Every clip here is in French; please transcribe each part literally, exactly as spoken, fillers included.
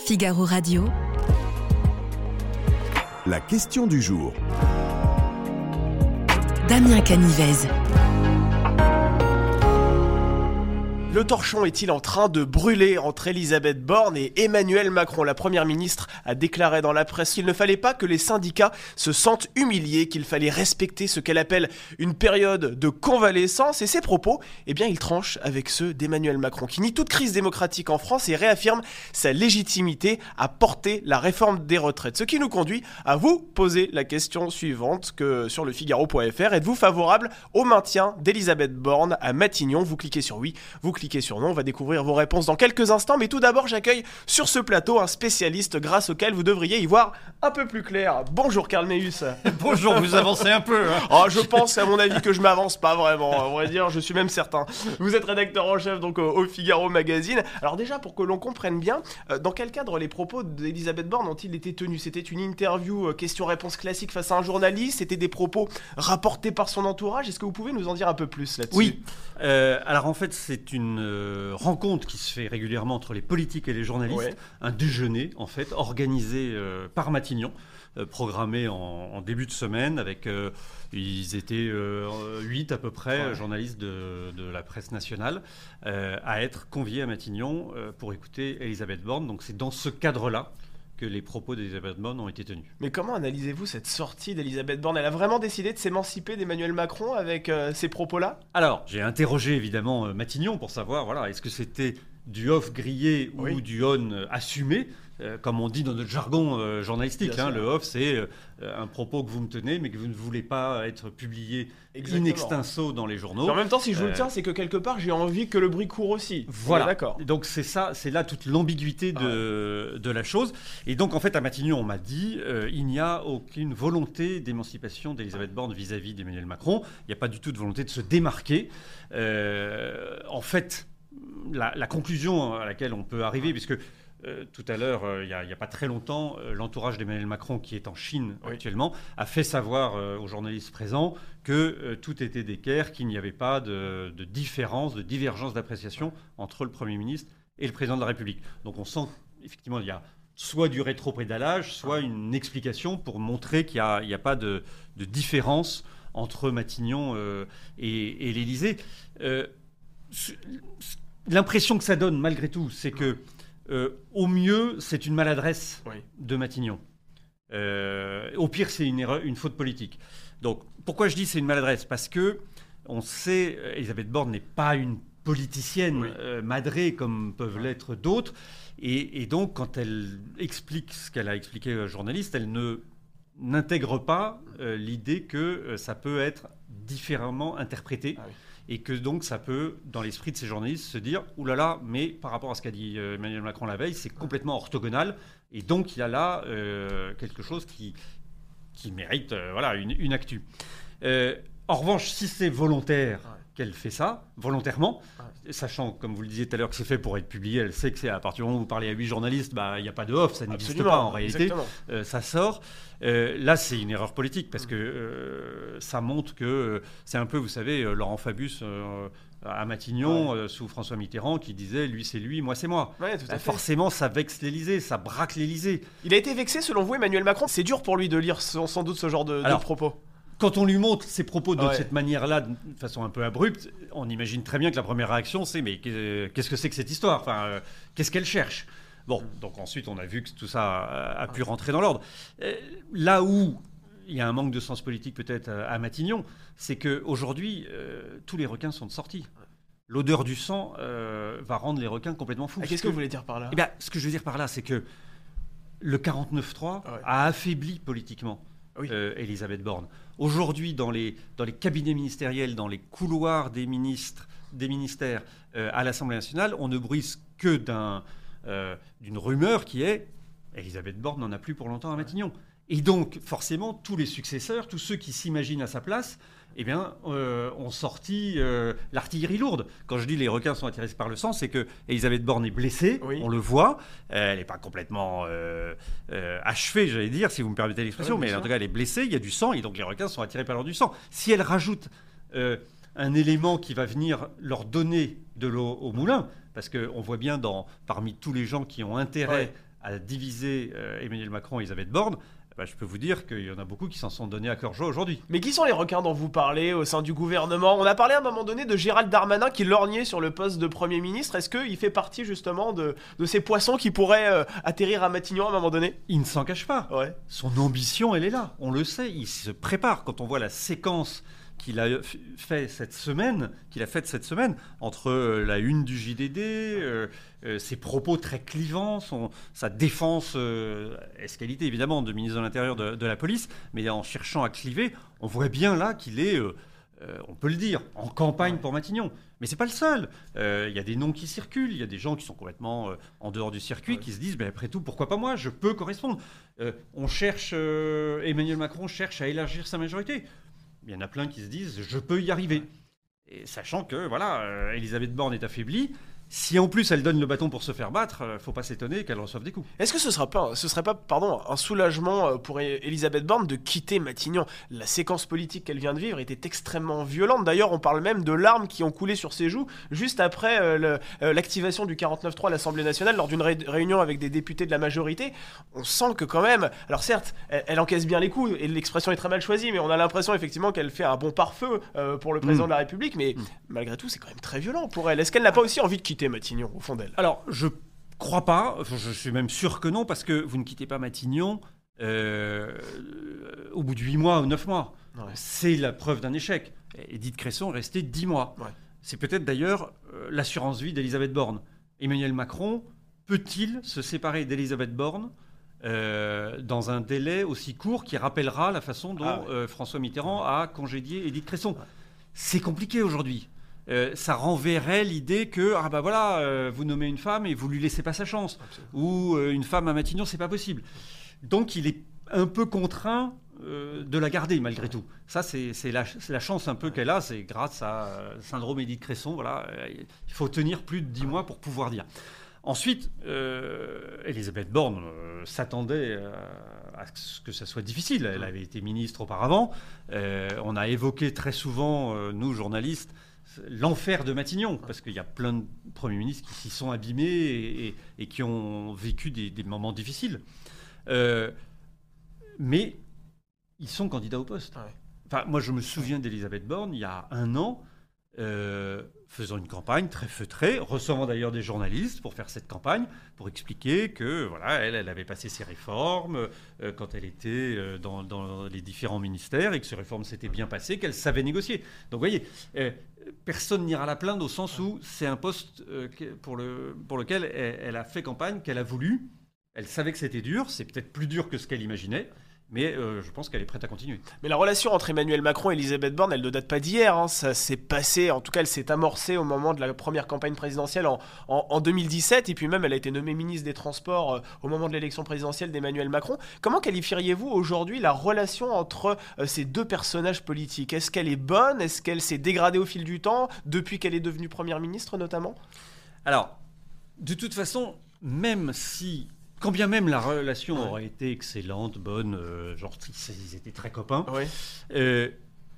Figaro Radio. La question du jour. Damien Canivez. Le torchon est-il en train de brûler entre Elisabeth Borne et Emmanuel Macron? La première ministre a déclaré dans la presse qu'il ne fallait pas que les syndicats se sentent humiliés, qu'il fallait respecter ce qu'elle appelle une période de convalescence. Et ses propos, eh bien, ils tranchent avec ceux d'Emmanuel Macron, qui nie toute crise démocratique en France et réaffirme sa légitimité à porter la réforme des retraites. Ce qui nous conduit à vous poser la question suivante que sur le Figaro point F R. Êtes-vous favorable au maintien d'Elisabeth Borne à Matignon? Vous cliquez sur oui, vous cliquez sur non, on va découvrir vos réponses dans quelques instants, mais tout d'abord j'accueille sur ce plateau un spécialiste grâce auquel vous devriez y voir un peu plus clair. Bonjour Karl Meus. Bonjour, vous avancez un peu hein. Oh, je pense à mon avis que je m'avance pas vraiment, à vrai dire, je suis même certain. Vous êtes rédacteur en chef donc au, au Figaro Magazine. Alors déjà pour que l'on comprenne bien, euh, dans quel cadre les propos d'Elisabeth Borne ont-ils été tenus? C'était une interview euh, question-réponse classique face à un journaliste? C'était des propos rapportés par son entourage? Est-ce que vous pouvez nous en dire un peu plus là-dessus? Oui, euh, alors en fait c'est une Euh, rencontre qui se fait régulièrement entre les politiques et les journalistes, ouais. Un déjeuner en fait organisé euh, par Matignon, euh, programmé en, en début de semaine avec euh, ils étaient euh, huit à peu près ouais. journalistes de, de la presse nationale euh, à être conviés à Matignon euh, pour écouter Elisabeth Borne. Donc c'est dans ce cadre-là que les propos d'Elisabeth Borne ont été tenus. Mais comment analysez-vous cette sortie d'Elisabeth Borne? Elle a vraiment décidé de s'émanciper d'Emmanuel Macron avec euh, ces propos-là? Alors, j'ai interrogé évidemment euh, Matignon pour savoir, voilà, est-ce que c'était du off grillé oui. ou du on euh, assumé, euh, comme on dit dans notre jargon euh, journalistique. Hein, le off, c'est euh, un propos que vous me tenez, mais que vous ne voulez pas être publié Exactement. in extenso dans les journaux. Mais en même temps, si je vous euh... le tiens, c'est que quelque part, j'ai envie que le bruit court aussi. Voilà. D'accord. Donc c'est ça, c'est là toute l'ambiguïté de, ah ouais. de la chose. Et donc en fait, à Matignon, on m'a dit, euh, il n'y a aucune volonté d'émancipation d'Elisabeth Borne vis-à-vis d'Emmanuel Macron. Il n'y a pas du tout de volonté de se démarquer. Euh, en fait, la, la conclusion à laquelle on peut arriver, puisque Euh, tout à l'heure, euh, il n'y a, a pas très longtemps, euh, l'entourage d'Emmanuel Macron, qui est en Chine oui. actuellement, a fait savoir euh, aux journalistes présents que euh, tout était d'équerre, qu'il n'y avait pas de, de différence, de divergence d'appréciation entre le Premier ministre et le Président de la République. Donc on sent effectivement qu'il y a soit du rétropédalage, soit une explication pour montrer qu'il n'y a, a pas de, de différence entre Matignon euh, et, et l'Élysée. Euh, l'impression que ça donne, malgré tout, c'est que Euh, au mieux, c'est une maladresse oui. de Matignon. Euh, au pire, c'est une erreur, une faute politique. Donc, pourquoi je dis c'est une maladresse? Parce que on sait, Elisabeth Borne n'est pas une politicienne oui. euh, madrée comme peuvent l'être d'autres. Et, et donc, quand elle explique ce qu'elle a expliqué aux journalistes, elle ne n'intègre pas euh, l'idée que euh, ça peut être différemment interprété. Ah oui. Et que donc ça peut, dans l'esprit de ces journalistes, se dire « Ouh là là, mais par rapport à ce qu'a dit euh, Emmanuel Macron la veille, c'est complètement orthogonal. » Et donc il y a là euh, quelque chose qui, qui mérite euh, voilà, une, une actu. Euh, en revanche, si c'est volontaire ouais. qu'elle fait ça, volontairement, ouais. sachant, comme vous le disiez tout à l'heure, que c'est fait pour être publié, elle sait que c'est à partir du moment où vous parlez à huit journalistes, bah, il n'y a pas de off, ça n'existe Absolument, pas en réalité. Euh, ça sort. Euh, là, c'est une erreur politique parce que euh, ça montre que euh, c'est un peu, vous savez, euh, Laurent Fabius euh, à Matignon, ouais. euh, sous François Mitterrand, qui disait « lui c'est lui, moi c'est moi ouais, ». Euh, forcément, ça vexe l'Élysée, ça braque l'Élysée. Il a été vexé, selon vous, Emmanuel Macron? C'est dur pour lui de lire sans, sans doute ce genre de, Alors, de propos. Quand on lui montre ses propos de ouais. cette manière-là, de façon un peu abrupte, on imagine très bien que la première réaction, c'est « mais qu'est-ce que c'est que cette histoire enfin, euh, qu'est-ce qu'elle cherche ?» Bon, donc ensuite, on a vu que tout ça a, a pu rentrer dans l'ordre. Euh, là où il y a un manque de sens politique peut-être à, à Matignon, c'est qu'aujourd'hui, euh, tous les requins sont sortis. L'odeur du sang euh, va rendre les requins complètement fous. Ah, qu'est-ce que, que vous voulez dire par là? Eh bien, ce que je veux dire par là, c'est que le quarante-neuf trois ouais. a affaibli politiquement oui. euh, Elisabeth Borne. Aujourd'hui, dans les, dans les cabinets ministériels, dans les couloirs des ministres, des ministères euh, à l'Assemblée nationale, on ne bruise que d'un... Euh, d'une rumeur qui est Elisabeth Borne n'en a plus pour longtemps à Matignon. Et donc, forcément, tous les successeurs, tous ceux qui s'imaginent à sa place, eh bien, euh, ont sorti euh, l'artillerie lourde. Quand je dis les requins sont attirés par le sang, c'est que Elisabeth Borne est blessée, oui. on le voit. Euh, elle n'est pas complètement euh, euh, achevée, j'allais dire, si vous me permettez l'expression, oui, mais en tout cas, elle est blessée, il y a du sang, et donc les requins sont attirés par l'eau du sang. Si elle rajoute euh, un élément qui va venir leur donner de l'eau au moulin, parce qu'on voit bien dans, parmi tous les gens qui ont intérêt ouais. à diviser euh, Emmanuel Macron et Elisabeth Borne, bah, je peux vous dire qu'il y en a beaucoup qui s'en sont donnés à cœur joie aujourd'hui. Mais qui sont les requins dont vous parlez au sein du gouvernement ? On a parlé à un moment donné de Gérald Darmanin qui lorgnait sur le poste de Premier ministre. Est-ce qu'il fait partie justement de, de ces poissons qui pourraient euh, atterrir à Matignon à un moment donné ? Il ne s'en cache pas. Ouais. Son ambition, elle est là. On le sait. Il se prépare. Quand on voit la séquence qu'il a fait cette semaine, qu'il a faite cette semaine, entre euh, la une du J D D, euh, euh, ses propos très clivants, son, sa défense euh, escalité évidemment de ministre de l'Intérieur de, de la police, mais en cherchant à cliver, on voit bien là qu'il est, euh, euh, on peut le dire, en campagne ouais. pour Matignon. Mais c'est pas le seul. Il euh, y a des noms qui circulent, il y a des gens qui sont complètement euh, en dehors du circuit, ouais. qui se disent, ben, après tout, pourquoi pas moi ? Je peux correspondre. Euh, on cherche, euh, Emmanuel Macron cherche à élargir sa majorité. Il y en a plein qui se disent « je peux y arriver ». Et sachant que, voilà, euh, Elisabeth Borne est affaiblie. Si en plus elle donne le bâton pour se faire battre, il ne faut pas s'étonner qu'elle reçoive des coups. Est-ce que ce ne sera pas, ce serait pas pardon, un soulagement pour Elisabeth Borne de quitter Matignon ? La séquence politique qu'elle vient de vivre était extrêmement violente. D'ailleurs, on parle même de larmes qui ont coulé sur ses joues juste après euh, le, euh, l'activation du quarante-neuf trois à l'Assemblée nationale lors d'une ré- réunion avec des députés de la majorité. On sent que quand même... Alors certes, elle, elle encaisse bien les coups et l'expression est très mal choisie, mais on a l'impression effectivement qu'elle fait un bon pare-feu euh, pour le président mmh. de la République. Mais mmh. malgré tout, c'est quand même très violent pour elle. Est-ce qu'elle n'a pas aussi envie de quitter Matignon, au fond d'elle ? Alors, je crois pas, je suis même sûr que non, parce que vous ne quittez pas Matignon euh, au bout de huit mois ou neuf mois. Ouais. C'est la preuve d'un échec. Édith Cresson est restée dix mois. Ouais. C'est peut-être d'ailleurs euh, l'assurance vie d'Elisabeth Borne. Emmanuel Macron peut-il se séparer d'Elisabeth Borne euh, dans un délai aussi court qui rappellera la façon dont ah ouais. euh, François Mitterrand ouais. a congédié Édith Cresson ? Ouais. C'est compliqué aujourd'hui. Euh, ça renverrait l'idée que ah bah voilà, euh, vous nommez une femme et vous lui laissez pas sa chance. Absolument. Ou euh, une femme à Matignon, c'est pas possible. Donc il est un peu contraint euh, de la garder malgré tout. Ça c'est, c'est, la, c'est la chance un peu qu'elle a, c'est grâce à euh, syndrome Édith Cresson. Voilà, euh, il faut tenir plus de dix mois pour pouvoir dire. Ensuite, euh, Elisabeth Borne euh, s'attendait euh, à ce que ça soit difficile. Elle avait été ministre auparavant. Euh, on a évoqué très souvent, euh, nous journalistes, l'enfer de Matignon, parce qu'il y a plein de premiers ministres qui s'y sont abîmés et, et, et qui ont vécu des, des moments difficiles. Euh, mais ils sont candidats au poste. Ouais. Enfin, moi, je me souviens d'Elisabeth Borne, il y a un an, euh, faisant une campagne très feutrée, recevant d'ailleurs des journalistes pour faire cette campagne, pour expliquer que voilà, elle, elle avait passé ses réformes euh, quand elle était euh, dans, dans les différents ministères et que ces réformes s'étaient bien passées, qu'elle savait négocier. Donc, vous voyez... Euh, personne n'ira la plaindre au sens où c'est un poste euh, pour, le, pour lequel elle, elle a fait campagne, qu'elle a voulu. Elle savait que c'était dur, c'est peut-être plus dur que ce qu'elle imaginait, mais euh, je pense qu'elle est prête à continuer. Mais la relation entre Emmanuel Macron et Elisabeth Borne, elle ne date pas d'hier. Hein. Ça s'est passé, en tout cas, elle s'est amorcée au moment de la première campagne présidentielle en, en, en deux mille dix-sept. Et puis même, elle a été nommée ministre des Transports euh, au moment de l'élection présidentielle d'Emmanuel Macron. Comment qualifieriez-vous aujourd'hui la relation entre euh, ces deux personnages politiques ? Est-ce qu'elle est bonne ? Est-ce qu'elle s'est dégradée au fil du temps, depuis qu'elle est devenue première ministre notamment ? Alors, de toute façon, même si... Quand bien même la relation ouais. aurait été excellente, bonne, euh, genre ils étaient très copains, ouais. euh,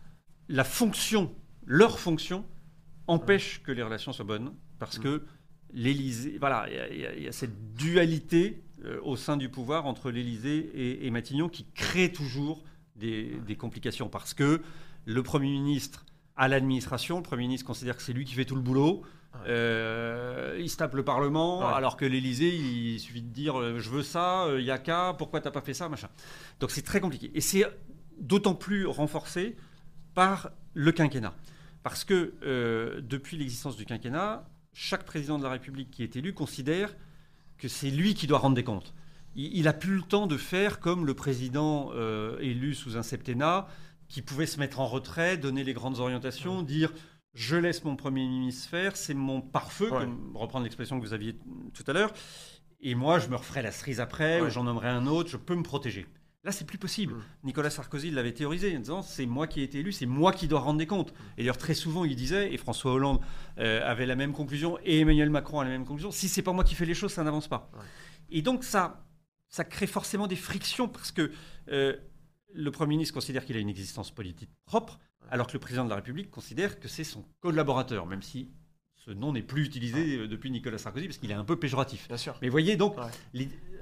la fonction, leur fonction, empêche ouais. que les relations soient bonnes, parce mmh. que l'Élysée, voilà, il y, y, y a cette dualité euh, au sein du pouvoir entre l'Élysée et, et Matignon qui crée toujours des, des complications, parce que le Premier ministre à l'administration, le Premier ministre considère que c'est lui qui fait tout le boulot. Ouais. Euh, il se tape le Parlement, ouais. alors que l'Élysée, il suffit de dire euh, je veux ça, il euh, n'y a qu'à, pourquoi t'as pas fait ça, machin. Donc c'est très compliqué. Et c'est d'autant plus renforcé par le quinquennat. Parce que euh, depuis l'existence du quinquennat, chaque président de la République qui est élu considère que c'est lui qui doit rendre des comptes. Il n'a plus le temps de faire comme le président euh, élu sous un septennat, qui pouvait se mettre en retrait, donner les grandes orientations, ouais. dire je laisse mon Premier ministre faire, c'est mon pare-feu, ouais. comme reprendre l'expression que vous aviez tout à l'heure, et moi je me referai la cerise après, ouais. ou j'en nommerai un autre, je peux me protéger. Là, c'est plus possible. Mmh. Nicolas Sarkozy l'avait théorisé en disant c'est moi qui ai été élu, c'est moi qui dois rendre des comptes. Et d'ailleurs, très souvent, il disait, et François Hollande euh, avait la même conclusion, et Emmanuel Macron a la même conclusion, si c'est pas moi qui fais les choses, ça n'avance pas. Ouais. Et donc, ça, ça crée forcément des frictions parce que euh, le Premier ministre considère qu'il a une existence politique propre, alors que le président de la République considère que c'est son collaborateur, même si ce nom n'est plus utilisé ouais. depuis Nicolas Sarkozy, parce qu'il est un peu péjoratif. Bien sûr. Mais voyez, donc, ouais. les,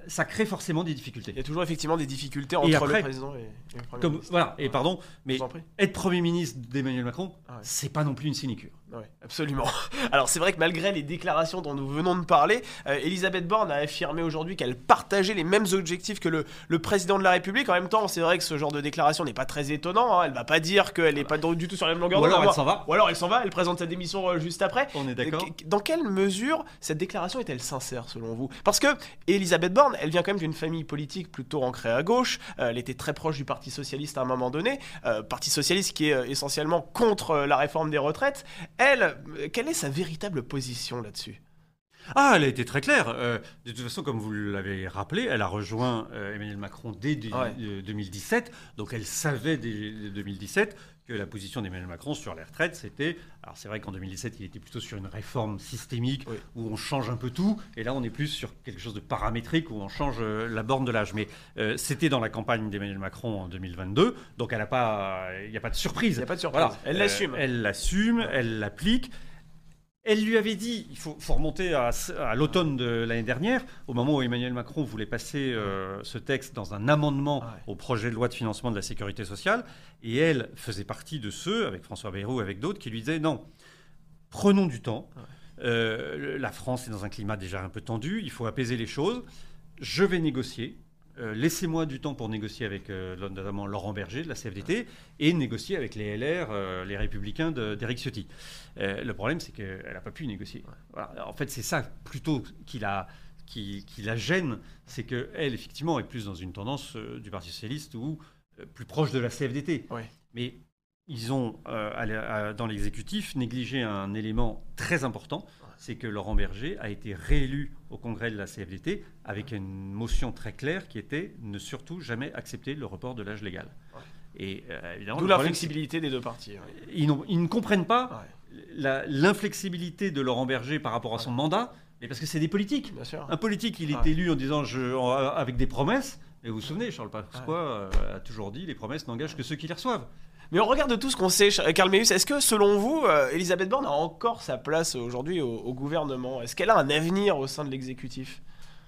ça crée forcément des difficultés. Il y a toujours effectivement des difficultés entre après, le président et, et le Premier comme, ministre. Voilà, et pardon, mais être Premier ministre d'Emmanuel Macron, ah ouais. c'est pas non plus une sinécure. Oui, absolument. Alors c'est vrai que malgré les déclarations dont nous venons de parler, euh, Elisabeth Borne a affirmé aujourd'hui qu'elle partageait les mêmes objectifs que le, le président de la République. En même temps, c'est vrai que ce genre de déclaration n'est pas très étonnant. Hein. Elle va pas dire qu'elle n'est pas du tout sur la même longueur d'onde. Ou alors elle s'en va. Ou alors elle s'en va, elle présente sa démission euh, juste après. On est d'accord. Dans quelle mesure cette déclaration est-elle sincère selon vous ? Parce que Elisabeth Borne, elle vient quand même d'une famille politique plutôt ancrée à gauche. Euh, elle était très proche du Parti Socialiste à un moment donné. Euh, Parti Socialiste qui est euh, essentiellement contre euh, la réforme des retraites. Elle, euh, quelle est sa véritable position là-dessus ? Ah, elle a été très claire. Euh, de toute façon, comme vous l'avez rappelé, elle a rejoint euh, Emmanuel Macron dès de, ouais. de, deux mille dix-sept. Donc elle savait dès deux mille dix-sept que la position d'Emmanuel Macron sur les retraites, c'était... Alors c'est vrai qu'en deux mille dix-sept, il était plutôt sur une réforme systémique, oui. où on change un peu tout. Et là, on est plus sur quelque chose de paramétrique, où on change euh, la borne de l'âge. Mais euh, c'était dans la campagne d'Emmanuel Macron en deux mille vingt-deux. Donc elle a pas, il n'y a pas de surprise. Il n'y a pas de surprise. Voilà. Elle euh, l'assume. Elle l'assume, elle l'applique. Elle lui avait dit, il faut, faut remonter à, à l'automne de l'année dernière, au moment où Emmanuel Macron voulait passer euh, ce texte dans un amendement ah ouais. au projet de loi de financement de la sécurité sociale, et elle faisait partie de ceux, avec François Bayrou, avec d'autres, qui lui disaient non, prenons du temps, ah ouais. euh, la France est dans un climat déjà un peu tendu, il faut apaiser les choses, je vais négocier. Euh, laissez-moi du temps pour négocier avec euh, notamment Laurent Berger de la C F D T et négocier avec les L R, euh, les Républicains d'Éric Ciotti. Euh, le problème, c'est qu'elle n'a pas pu négocier. Voilà. En fait, c'est ça plutôt qui la, qui, qui la gêne, c'est qu'elle, effectivement, est plus dans une tendance euh, du Parti Socialiste ou euh, plus proche de la C F D T. Ouais. Mais ils ont, euh, à, à, dans l'exécutif, négligé un élément très important. C'est que Laurent Berger a été réélu au congrès de la C F D T avec une motion très claire qui était ne surtout jamais accepter le report de l'âge légal. Ouais. Et euh, évidemment, d'où l'inflexibilité des deux partis. Ouais. Ils, ils ne comprennent pas ouais. l'inflexibilité de Laurent Berger par rapport à son ouais. mandat, mais parce que c'est des politiques. Bien sûr. Un politique, il est ouais. élu en disant je, en, avec des promesses. Et vous vous souvenez, Charles Pasqua ouais. a toujours dit les promesses n'engagent que ceux qui les reçoivent. Mais au regard de tout ce qu'on sait, Karl Meeus, est-ce que selon vous, euh, Elisabeth Borne a encore sa place aujourd'hui au, au gouvernement ? Est-ce qu'elle a un avenir au sein de l'exécutif ?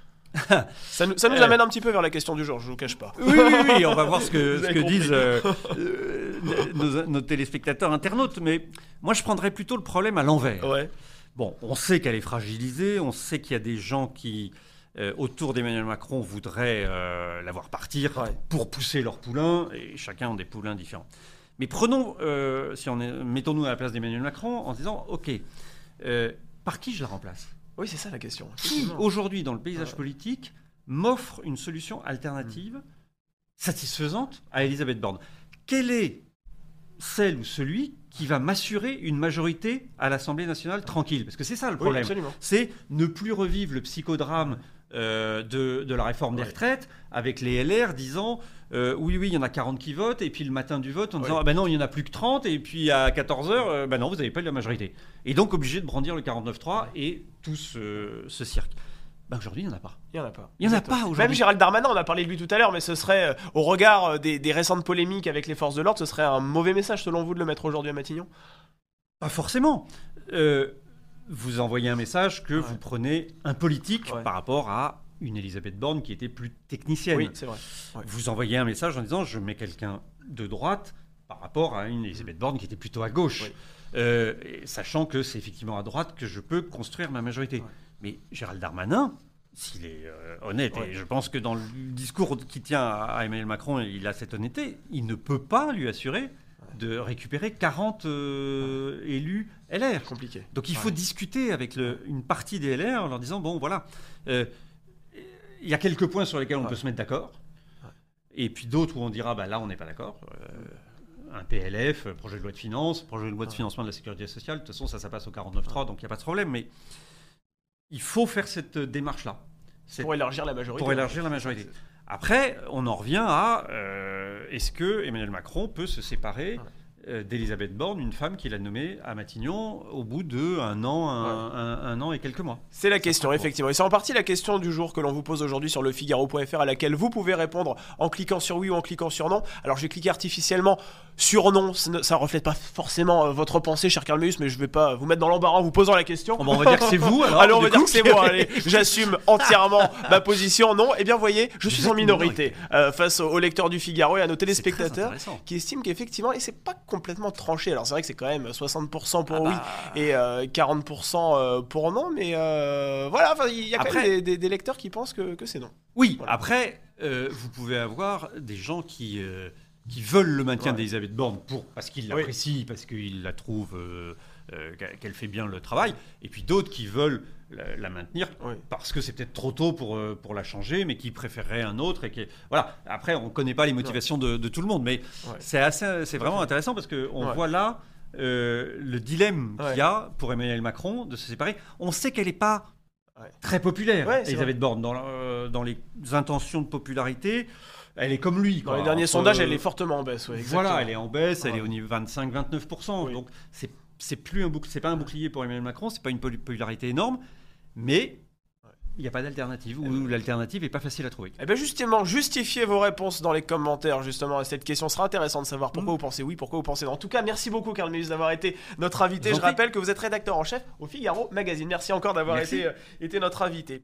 ça nous, ça nous amène un petit peu vers la question du jour, je ne vous cache pas. Oui, oui, oui, on va voir ce que, ce que disent euh, euh, nos, nos téléspectateurs internautes. Mais moi, je prendrais plutôt le problème à l'envers. Ouais. Bon, on sait qu'elle est fragilisée, on sait qu'il y a des gens qui... Euh, autour d'Emmanuel Macron voudraient euh, la voir partir ouais. pour pousser leurs poulains, et chacun a des poulains différents. Mais prenons, euh, si on est, mettons-nous à la place d'Emmanuel Macron en se disant, ok, euh, par qui je la remplace ? Oui, c'est ça la question. Qui, aujourd'hui, dans le paysage ouais. politique, m'offre une solution alternative mmh. satisfaisante à Elisabeth Borne ? Quelle est celle ou celui qui va m'assurer une majorité à l'Assemblée nationale tranquille ? Parce que c'est ça le problème. Oui, c'est ne plus revivre le psychodrame euh, de, de la réforme des ouais. retraites avec les L R disant euh, oui, oui, il y en a quarante qui votent, et puis le matin du vote, en disant ouais. ah ben non, il n'y en a plus que trente, et puis à quatorze heures, euh, ben non, vous n'avez pas eu la majorité. Et donc obligé de brandir le quarante-neuf trois et tout ce, ce cirque. Ben aujourd'hui, il n'y en a pas. Il n'y en a pas. Il n'y en a pas aujourd'hui. Même Gérald Darmanin, on a parlé de lui tout à l'heure, mais ce serait, euh, au regard des, des récentes polémiques avec les forces de l'ordre, ce serait un mauvais message, selon vous, de le mettre aujourd'hui à Matignon ? Pas forcément. Euh, vous envoyez un message que ouais. vous prenez un politique ouais. par rapport à une Elisabeth Borne qui était plus technicienne. Oui, c'est vrai. Ouais. Vous envoyez un message en disant je mets quelqu'un de droite par rapport à une Elisabeth Borne qui était plutôt à gauche. Oui. Euh, et sachant que c'est effectivement à droite que je peux construire ma majorité. Ouais. Mais Gérald Darmanin, s'il est euh, honnête, ouais. et je pense que dans le discours qui tient à Emmanuel Macron, il a cette honnêteté, il ne peut pas lui assurer de récupérer quarante euh, ouais. élus L R. Compliqué. Donc il faut ouais. discuter avec le, une partie des L R en leur disant bon voilà, euh, il y a quelques points sur lesquels on ouais. peut se mettre d'accord, ouais. et puis d'autres où on dira bah là on n'est pas d'accord. Euh, un P L F, projet de loi de finances, projet de loi de financement de la sécurité sociale, de toute façon ça, ça passe au quarante-neuf trois, ouais. donc il n'y a pas de problème, mais il faut faire cette démarche-là. Cette... Pour élargir la majorité. Pour élargir la majorité. Après, on en revient à euh, est-ce que Emmanuel Macron peut se séparer ouais. euh, d'Elisabeth Borne, une femme qu'il a nommée à Matignon au bout de un an, un, Ouais. un, un an et quelques mois. C'est la question, effectivement. Et c'est en partie la question du jour que l'on vous pose aujourd'hui sur le Figaro point F R, à laquelle vous pouvez répondre en cliquant sur oui ou en cliquant sur non. Alors j'ai cliqué artificiellement sur non, ça ne reflète pas forcément euh, votre pensée, cher Carl Meus, mais je vais pas vous mettre dans l'embarras en vous posant la question. Bon, bah, on va dire que c'est vous. Alors, Allez, on du va dire coup, que c'est moi, allez, j'assume entièrement ma position. Non, eh bien, vous voyez, je suis Vous en êtes minorité euh, face aux, aux lecteurs du Figaro et à nos C'est très téléspectateurs intéressant. qui estiment qu'effectivement, et c'est pas complètement tranché, alors c'est vrai que c'est quand même soixante pour cent pour Ah oui bah. et euh, quarante pour cent euh, pour non, mais euh, voilà, enfin, il y a quand Après- même des, des- des lecteurs qui pensent que, que c'est non. Oui, Voilà. après, euh, vous pouvez avoir des gens qui, euh, qui veulent le maintien Ouais. d'Elisabeth Borne pour, parce qu'ils Oui. l'apprécient, parce qu'ils la trouvent, euh, euh, qu'elle fait bien le travail, et puis d'autres qui veulent la, la maintenir Oui. parce que c'est peut-être trop tôt pour, euh, pour la changer, mais qui préféreraient un autre. Et qui... Voilà, après, on ne connaît pas les motivations de, de tout le monde, mais Ouais. c'est, assez, c'est vraiment intéressant parce qu'on Ouais. voit là euh, le dilemme Ouais. qu'il y a pour Emmanuel Macron de se séparer. On sait qu'elle n'est pas Ouais. très populaire, Ouais, c'est Elisabeth Borne, dans, la- euh, dans les intentions de popularité. Elle est comme lui. Dans quoi. les derniers Entre- sondages, elle est fortement en baisse. Ouais, exactement. Voilà, elle est en baisse, elle Ouais. est au niveau vingt-cinq à vingt-neuf pour cent. Oui. Donc c'est c'est plus un bouc- c'est pas un bouclier pour Emmanuel Macron, c'est pas une poli- popularité énorme, mais il n'y a pas d'alternative ou l'alternative est pas facile à trouver. Eh bien justement, justifiez vos réponses dans les commentaires justement à cette question. Ce sera intéressant de savoir pourquoi Mm. vous pensez oui, pourquoi vous pensez non. En tout cas, merci beaucoup Carl Meus d'avoir été notre invité. Je vous Je en prie. rappelle que vous êtes rédacteur en chef au Figaro Magazine. Merci encore d'avoir Merci. été, euh, été notre invité.